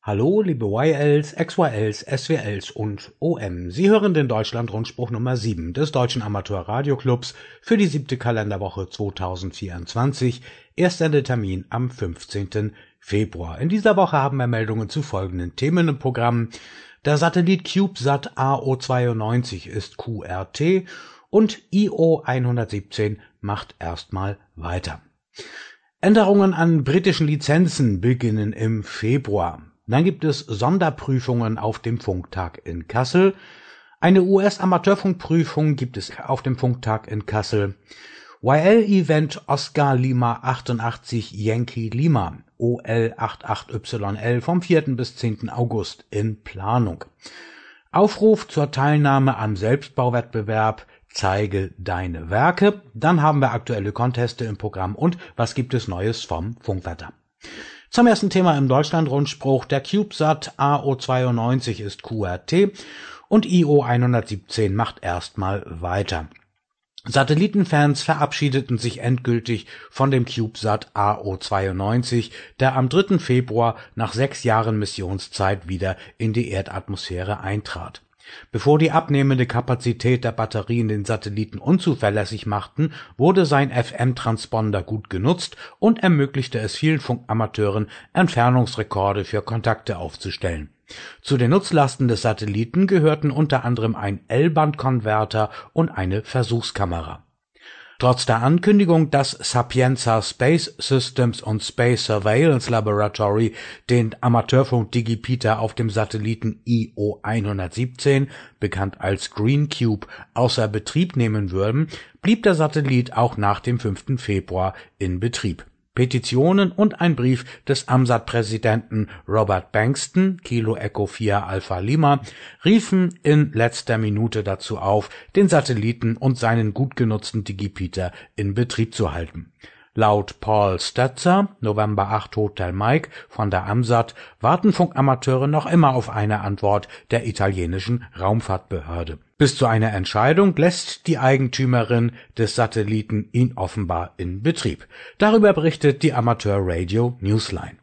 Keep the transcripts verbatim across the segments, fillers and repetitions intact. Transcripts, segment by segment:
Hallo, liebe Y Ls, X Y Ls, S W Ls und O M. Sie hören den Deutschland-Rundspruch Nummer sieben des Deutschen Amateur-Radio-Clubs für die siebte Kalenderwoche zweitausendvierundzwanzig. Erster Termin am fünfzehnten Februar. In dieser Woche haben wir Meldungen zu folgenden Themen im Programm. Der Satellit CubeSat A O zweiundneunzig ist Q R T und I O hundertsiebzehn macht erstmal weiter. Änderungen an britischen Lizenzen beginnen im Februar. Dann gibt es Sonderprüfungen auf dem Funktag in Kassel. Eine U S-Amateurfunkprüfung gibt es auf dem Funktag in Kassel. Y L-Event Oscar Lima achtundachtzig Yankee Lima O L achtundachtzig Y L vom vierten bis zehnten August in Planung. Aufruf zur Teilnahme am Selbstbauwettbewerb Zeige deine Werke. Dann haben wir aktuelle Conteste im Programm und was gibt es Neues vom Funkwetter. Zum ersten Thema im Deutschland-Rundspruch. Der CubeSat A O zweiundneunzig ist Q R T und I O hundertsiebzehn macht erstmal weiter. Satellitenfans verabschiedeten sich endgültig von dem CubeSat A O zweiundneunzig, der am dritten Februar nach sechs Jahren Missionszeit wieder in die Erdatmosphäre eintrat. Bevor die abnehmende Kapazität der Batterien den Satelliten unzuverlässig machten, wurde sein F M-Transponder gut genutzt und ermöglichte es vielen Funkamateuren, Entfernungsrekorde für Kontakte aufzustellen. Zu den Nutzlasten des Satelliten gehörten unter anderem ein L-Band-Konverter und eine Versuchskamera. Trotz der Ankündigung, dass Sapienza Space Systems und Space Surveillance Laboratory den Amateurfunk Digipeater auf dem Satelliten I O hundertsiebzehn, bekannt als Green Cube, außer Betrieb nehmen würden, blieb der Satellit auch nach dem fünften Februar in Betrieb. Petitionen und ein Brief des AMSAT-Präsidenten Robert Bankston, Kilo Echo vier Alpha Lima, riefen in letzter Minute dazu auf, den Satelliten und seinen gut genutzten Digipeater in Betrieb zu halten. Laut Paul Stetzer, November acht Hotel Mike von der AMSAT, warten Funkamateure noch immer auf eine Antwort der italienischen Raumfahrtbehörde. Bis zu einer Entscheidung lässt die Eigentümerin des Satelliten ihn offenbar in Betrieb. Darüber berichtet die Amateur Radio Newsline.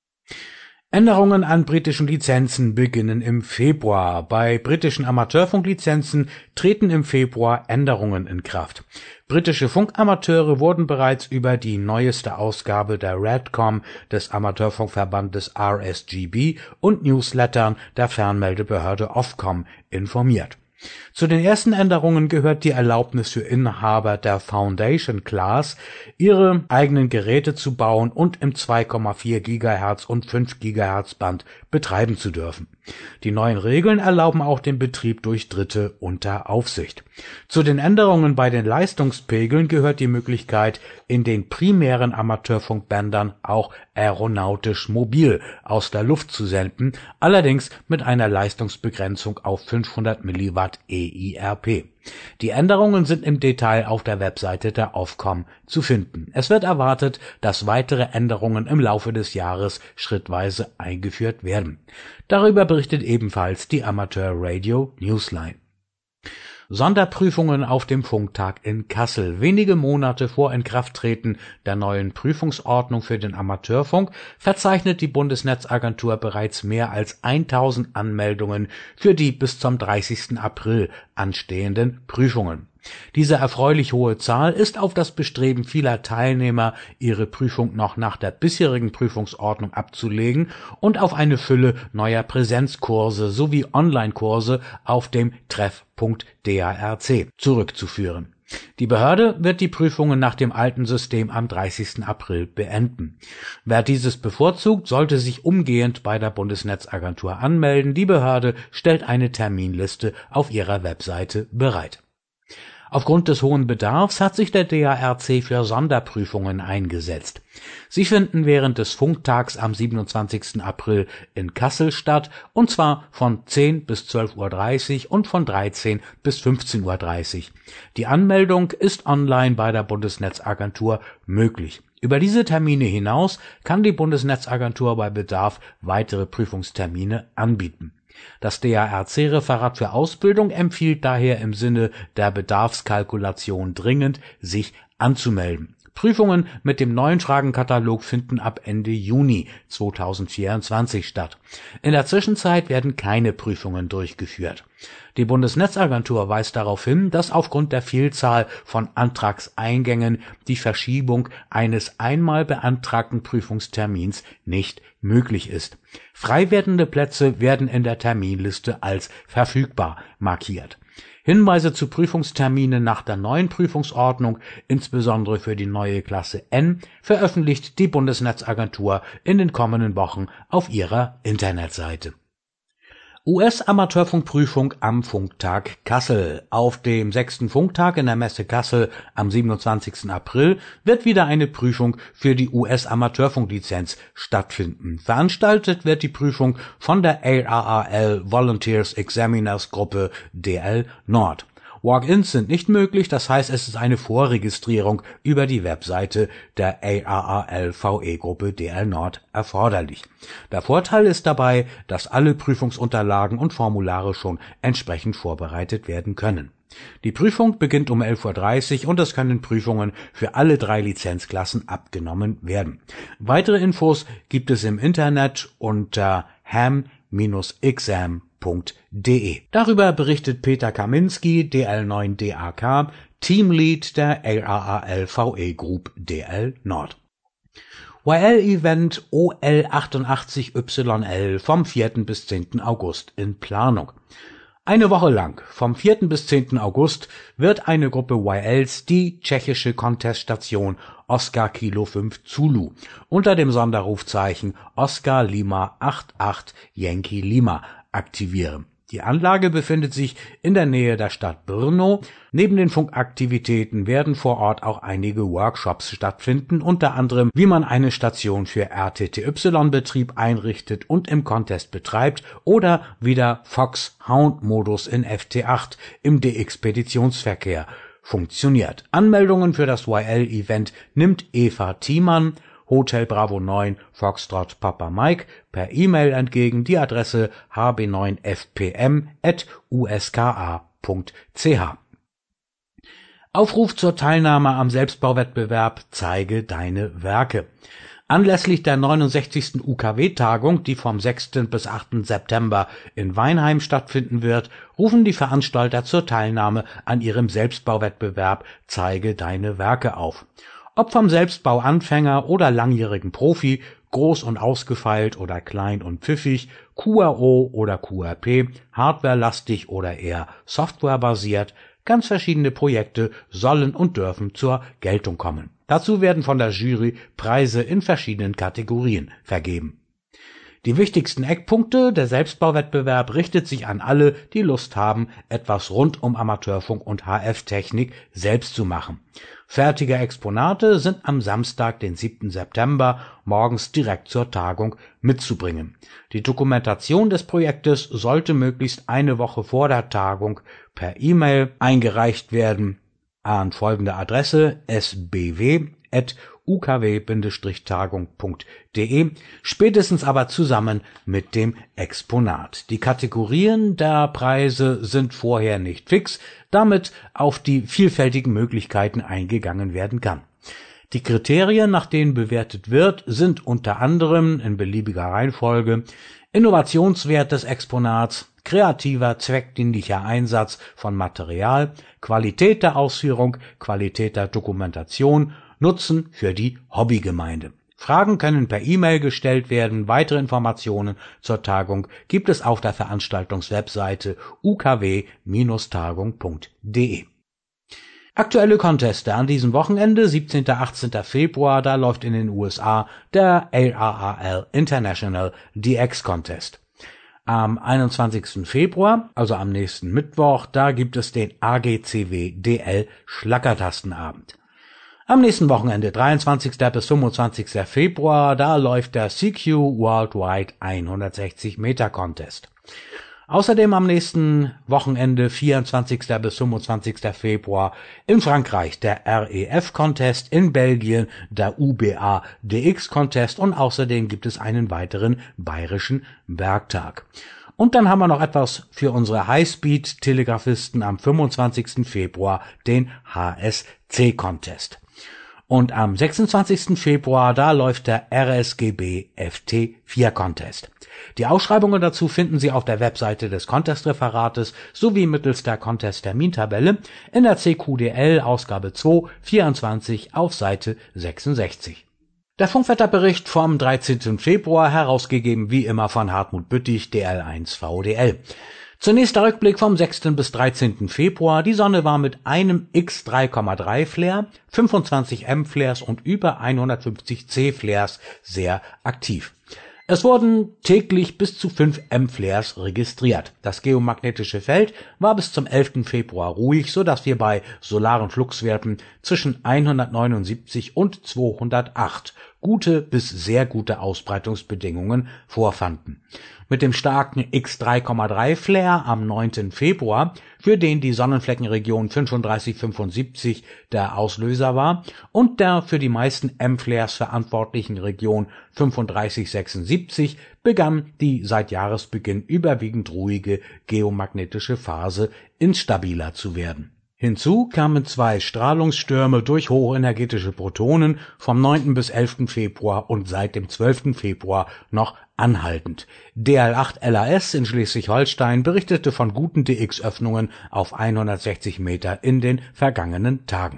Änderungen an britischen Lizenzen beginnen im Februar. Bei britischen Amateurfunklizenzen treten im Februar Änderungen in Kraft. Britische Funkamateure wurden bereits über die neueste Ausgabe der Radcom des Amateurfunkverbandes R S G B und Newslettern der Fernmeldebehörde Ofcom informiert. Zu den ersten Änderungen gehört die Erlaubnis für Inhaber der Foundation Class, ihre eigenen Geräte zu bauen und im zwei Komma vier Gigahertz und fünf Gigahertz Band betreiben zu dürfen. Die neuen Regeln erlauben auch den Betrieb durch Dritte unter Aufsicht. Zu den Änderungen bei den Leistungspegeln gehört die Möglichkeit, in den primären Amateurfunkbändern auch aeronautisch mobil aus der Luft zu senden, allerdings mit einer Leistungsbegrenzung auf fünfhundert Milliwatt E I R P. Die Änderungen sind im Detail auf der Webseite der Ofcom zu finden. Es wird erwartet, dass weitere Änderungen im Laufe des Jahres schrittweise eingeführt werden. Darüber berichtet ebenfalls die Amateur Radio Newsline. Sonderprüfungen auf dem Funktag in Kassel. Wenige Monate vor Inkrafttreten der neuen Prüfungsordnung für den Amateurfunk verzeichnet die Bundesnetzagentur bereits mehr als tausend Anmeldungen für die bis zum dreißigsten April anstehenden Prüfungen. Diese erfreulich hohe Zahl ist auf das Bestreben vieler Teilnehmer, ihre Prüfung noch nach der bisherigen Prüfungsordnung abzulegen und auf eine Fülle neuer Präsenzkurse sowie Online-Kurse auf dem treff Punkt D A R C zurückzuführen. Die Behörde wird die Prüfungen nach dem alten System am dreißigsten April beenden. Wer dieses bevorzugt, sollte sich umgehend bei der Bundesnetzagentur anmelden. Die Behörde stellt eine Terminliste auf ihrer Webseite bereit. Aufgrund des hohen Bedarfs hat sich der D A R C für Sonderprüfungen eingesetzt. Sie finden während des Funktags am siebenundzwanzigsten April in Kassel statt, und zwar von zehn bis zwölf Uhr dreißig und von dreizehn bis fünfzehn Uhr dreißig. Die Anmeldung ist online bei der Bundesnetzagentur möglich. Über diese Termine hinaus kann die Bundesnetzagentur bei Bedarf weitere Prüfungstermine anbieten. Das D A R C-Referat für Ausbildung empfiehlt daher im Sinne der Bedarfskalkulation dringend, sich anzumelden. Prüfungen mit dem neuen Fragenkatalog finden ab Ende Juni zweitausendvierundzwanzig statt. In der Zwischenzeit werden keine Prüfungen durchgeführt. Die Bundesnetzagentur weist darauf hin, dass aufgrund der Vielzahl von Antragseingängen die Verschiebung eines einmal beantragten Prüfungstermins nicht möglich ist. Frei werdende Plätze werden in der Terminliste als verfügbar markiert. Hinweise zu Prüfungsterminen nach der neuen Prüfungsordnung, insbesondere für die neue Klasse N, veröffentlicht die Bundesnetzagentur in den kommenden Wochen auf ihrer Internetseite. U S-Amateurfunkprüfung am Funktag Kassel. Auf dem sechsten Funktag in der Messe Kassel am siebenundzwanzigsten April wird wieder eine Prüfung für die U S-Amateurfunklizenz stattfinden. Veranstaltet wird die Prüfung von der A R A L Volunteers Examiners Gruppe D L Nord. Walk-ins sind nicht möglich, das heißt, es ist eine Vorregistrierung über die Webseite der A R A L V E-Gruppe D L Nord erforderlich. Der Vorteil ist dabei, dass alle Prüfungsunterlagen und Formulare schon entsprechend vorbereitet werden können. Die Prüfung beginnt um elf Uhr dreißig und es können Prüfungen für alle drei Lizenzklassen abgenommen werden. Weitere Infos gibt es im Internet unter ham Bindestrich exam punkt de. Darüber berichtet Peter Kaminski, D L neun D A K, Teamlead der A R A L V E Group D L Nord. Y L-Event O L achtundachtzig Y L vom vierten bis zehnten August in Planung. Eine Woche lang, vom vierten bis zehnten August, wird eine Gruppe Y Ls die tschechische Conteststation Oscar Kilo fünf Zulu unter dem Sonderrufzeichen Oscar Lima acht acht Yankee Lima aktivieren. Die Anlage befindet sich in der Nähe der Stadt Brno. Neben den Funkaktivitäten werden vor Ort auch einige Workshops stattfinden, unter anderem wie man eine Station für R T T Y-Betrieb einrichtet und im Contest betreibt oder wie der Fox-Hound-Modus in F T acht im D-Expeditionsverkehr funktioniert. Anmeldungen für das Y L-Event nimmt Eva Thiemann, Hotel Bravo neun Foxtrot Papa Mike, per E-Mail entgegen. Die Adresse h b neun f p m at u s k a punkt c h. Aufruf zur Teilnahme am Selbstbauwettbewerb Zeige deine Werke. Anlässlich der neunundsechzigsten U K W-Tagung, die vom sechsten bis achten September in Weinheim stattfinden wird, rufen die Veranstalter zur Teilnahme an ihrem Selbstbauwettbewerb Zeige deine Werke auf. Ob vom Selbstbauanfänger oder langjährigen Profi, groß und ausgefeilt oder klein und pfiffig, Q R O oder Q R P, hardwarelastig oder eher softwarebasiert, ganz verschiedene Projekte sollen und dürfen zur Geltung kommen. Dazu werden von der Jury Preise in verschiedenen Kategorien vergeben. Die wichtigsten Eckpunkte: Der Selbstbauwettbewerb richtet sich an alle, die Lust haben, etwas rund um Amateurfunk und H F-Technik selbst zu machen. Fertige Exponate sind am Samstag, den siebten September, morgens direkt zur Tagung mitzubringen. Die Dokumentation des Projektes sollte möglichst eine Woche vor der Tagung per E-Mail eingereicht werden an folgende Adresse: s b w at u k w Bindestrich tagung punkt de, spätestens aber zusammen mit dem Exponat. Die Kategorien der Preise sind vorher nicht fix, damit auf die vielfältigen Möglichkeiten eingegangen werden kann. Die Kriterien, nach denen bewertet wird, sind unter anderem in beliebiger Reihenfolge Innovationswert des Exponats, kreativer, zweckdienlicher Einsatz von Material, Qualität der Ausführung, Qualität der Dokumentation, Nutzen für die Hobbygemeinde. Fragen können per E-Mail gestellt werden. Weitere Informationen zur Tagung gibt es auf der Veranstaltungswebseite u k w Bindestrich tagung punkt de. Aktuelle Conteste an diesem Wochenende, siebzehnten und achtzehnten Februar, da läuft in den U S A der A R A L International D X Contest. Am einundzwanzigsten Februar, also am nächsten Mittwoch, da gibt es den A G C W D L Schlackertastenabend. Am nächsten Wochenende, dreiundzwanzigsten bis fünfundzwanzigsten Februar, da läuft der C Q Worldwide hundertsechzig Meter Contest. Außerdem am nächsten Wochenende, vierundzwanzigsten bis fünfundzwanzigsten Februar, in Frankreich der R E F Contest, in Belgien der U B A D X Contest und außerdem gibt es einen weiteren bayerischen Werktag. Und dann haben wir noch etwas für unsere Highspeed-Telegrafisten am fünfundzwanzigsten Februar, den H S C Contest. Und am sechsundzwanzigsten Februar, da läuft der R S G B F T vier Contest. Die Ausschreibungen dazu finden Sie auf der Webseite des Contest-Referates sowie mittels der Contest-Termintabelle in der C Q D L Ausgabe zwei vierundzwanzig auf Seite sechsundsechzig. Der Funkwetterbericht vom dreizehnten Februar, herausgegeben wie immer von Hartmut Büttig, D L eins V D L. Zunächst der Rückblick vom sechsten bis dreizehnten Februar. Die Sonne war mit einem X drei Komma drei Flare, fünfundzwanzig M Flares und über hundertfünfzig C Flares sehr aktiv. Es wurden täglich bis zu fünf M Flares registriert. Das geomagnetische Feld war bis zum elften Februar ruhig, so dass wir bei solaren Fluxwerten zwischen hundertneunundsiebzig und zweihundertacht gute bis sehr gute Ausbreitungsbedingungen vorfanden. Mit dem starken X drei Komma drei Flare am neunten Februar, für den die Sonnenfleckenregion fünfunddreißig fünfundsiebzig der Auslöser war, und der für die meisten M-Flares verantwortlichen Region fünfunddreißig sechsundsiebzig, begann die seit Jahresbeginn überwiegend ruhige geomagnetische Phase instabiler zu werden. Hinzu kamen zwei Strahlungsstürme durch hochenergetische Protonen vom neunten bis elften Februar und seit dem zwölften Februar noch anhaltend. D L acht L A S in Schleswig-Holstein berichtete von guten D X-Öffnungen auf hundertsechzig Meter in den vergangenen Tagen.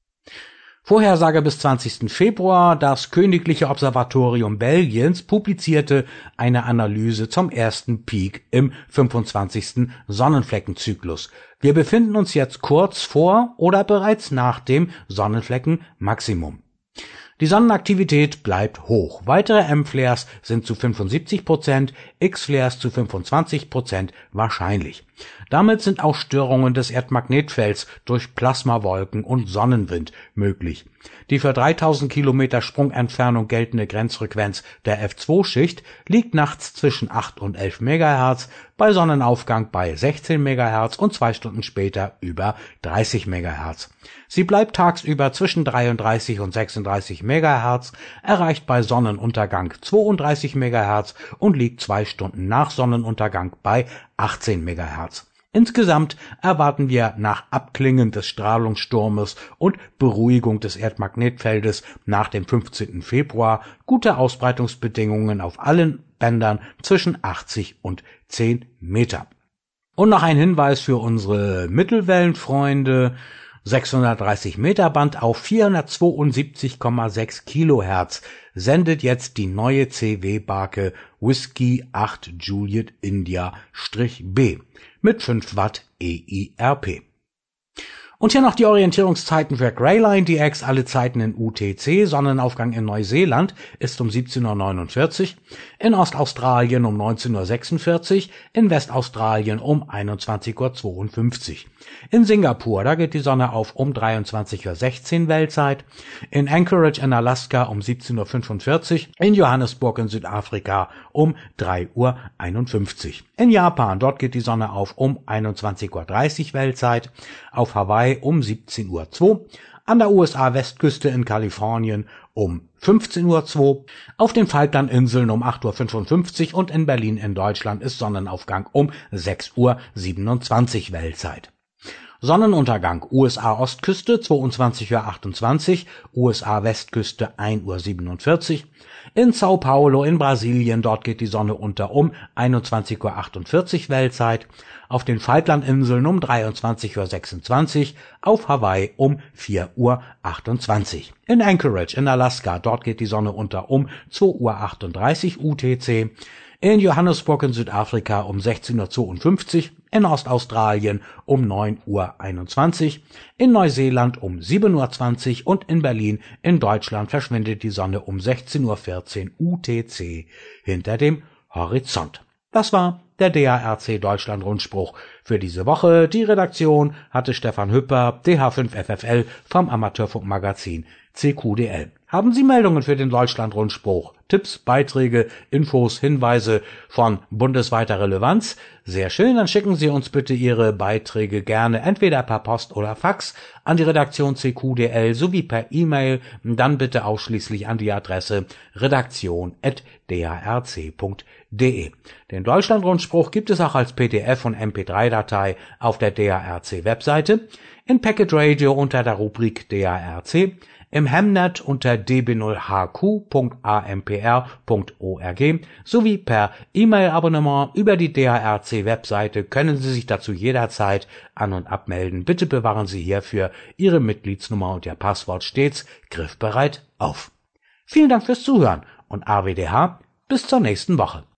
Vorhersage bis zwanzigsten Februar. Das Königliche Observatorium Belgiens publizierte eine Analyse zum ersten Peak im fünfundzwanzigsten Sonnenfleckenzyklus. Wir befinden uns jetzt kurz vor oder bereits nach dem Sonnenfleckenmaximum. Die Sonnenaktivität bleibt hoch. Weitere M-Flares sind zu fünfundsiebzig Prozent, X-Flares zu fünfundzwanzig Prozent wahrscheinlich. Damit sind auch Störungen des Erdmagnetfelds durch Plasmawolken und Sonnenwind möglich. Die für dreitausend Kilometer Sprungentfernung geltende Grenzfrequenz der F zwei Schicht liegt nachts zwischen acht und elf Megahertz, bei Sonnenaufgang bei sechzehn Megahertz und zwei Stunden später über dreißig Megahertz. Sie bleibt tagsüber zwischen dreiunddreißig und sechsunddreißig Megahertz, erreicht bei Sonnenuntergang zweiunddreißig Megahertz und liegt zwei Stunden nach Sonnenuntergang bei achtzehn Megahertz. Insgesamt erwarten wir nach Abklingen des Strahlungssturmes und Beruhigung des Erdmagnetfeldes nach dem fünfzehnten Februar gute Ausbreitungsbedingungen auf allen Bändern zwischen achtzig und zehn Meter. Und noch ein Hinweis für unsere Mittelwellenfreunde: sechshundertdreißig Meter Band auf vierhundertzweiundsiebzig Komma sechs Kilohertz sendet jetzt die neue C W-Barke Whiskey acht Juliet India-B mit fünf Watt E I R P. Und hier noch die Orientierungszeiten für Greyline D X, alle Zeiten in U T C. Sonnenaufgang in Neuseeland ist um siebzehn Uhr neunundvierzig, in Ostaustralien um neunzehn Uhr sechsundvierzig, in Westaustralien um einundzwanzig Uhr zweiundfünfzig. In Singapur, da geht die Sonne auf um dreiundzwanzig Uhr sechzehn Weltzeit, in Anchorage in Alaska um siebzehn Uhr fünfundvierzig, in Johannesburg in Südafrika um drei Uhr einundfünfzig. In Japan, dort geht die Sonne auf um einundzwanzig Uhr dreißig Weltzeit, auf Hawaii um siebzehn Uhr zwei, an der U S A-Westküste in Kalifornien um fünfzehn Uhr zwei, auf den Falklandinseln um acht Uhr fünfundfünfzig und in Berlin in Deutschland ist Sonnenaufgang um sechs Uhr siebenundzwanzig Weltzeit. Sonnenuntergang U S A-Ostküste zweiundzwanzig Uhr achtundzwanzig, U S A-Westküste ein Uhr siebenundvierzig, in Sao Paulo in Brasilien, dort geht die Sonne unter um einundzwanzig Uhr achtundvierzig Weltzeit, auf den Falklandinseln um dreiundzwanzig Uhr sechsundzwanzig, auf Hawaii um vier Uhr achtundzwanzig. In Anchorage in Alaska, dort geht die Sonne unter um zwei Uhr achtunddreißig U T C, in Johannesburg in Südafrika um sechzehn Uhr zweiundfünfzig, in Ostaustralien um neun Uhr einundzwanzig, in Neuseeland um sieben Uhr zwanzig und in Berlin in Deutschland verschwindet die Sonne um sechzehn Uhr vierzehn U T C hinter dem Horizont. Das war der D A R C Deutschland Rundspruch für diese Woche. Die Redaktion hatte Stefan Hüpper, D H fünf F F L vom Amateurfunkmagazin C Q D L. Haben Sie Meldungen für den Deutschland Rundspruch, Tipps, Beiträge, Infos, Hinweise von bundesweiter Relevanz? Sehr schön, dann schicken Sie uns bitte Ihre Beiträge gerne entweder per Post oder Fax an die Redaktion C Q D L sowie per E-Mail, dann bitte ausschließlich an die Adresse redaktion at d h r c punkt d e. Den Deutschland-Rundspruch gibt es auch als P D F und M P drei Datei auf der D H R C Webseite, in Packet Radio unter der Rubrik D H R C, im Hemnet unter d b null h q punkt a m p r punkt org sowie per E-Mail-Abonnement über die D H R C-Webseite können Sie sich dazu jederzeit an- und abmelden. Bitte bewahren Sie hierfür Ihre Mitgliedsnummer und Ihr Passwort stets griffbereit auf. Vielen Dank fürs Zuhören und A W D H bis zur nächsten Woche.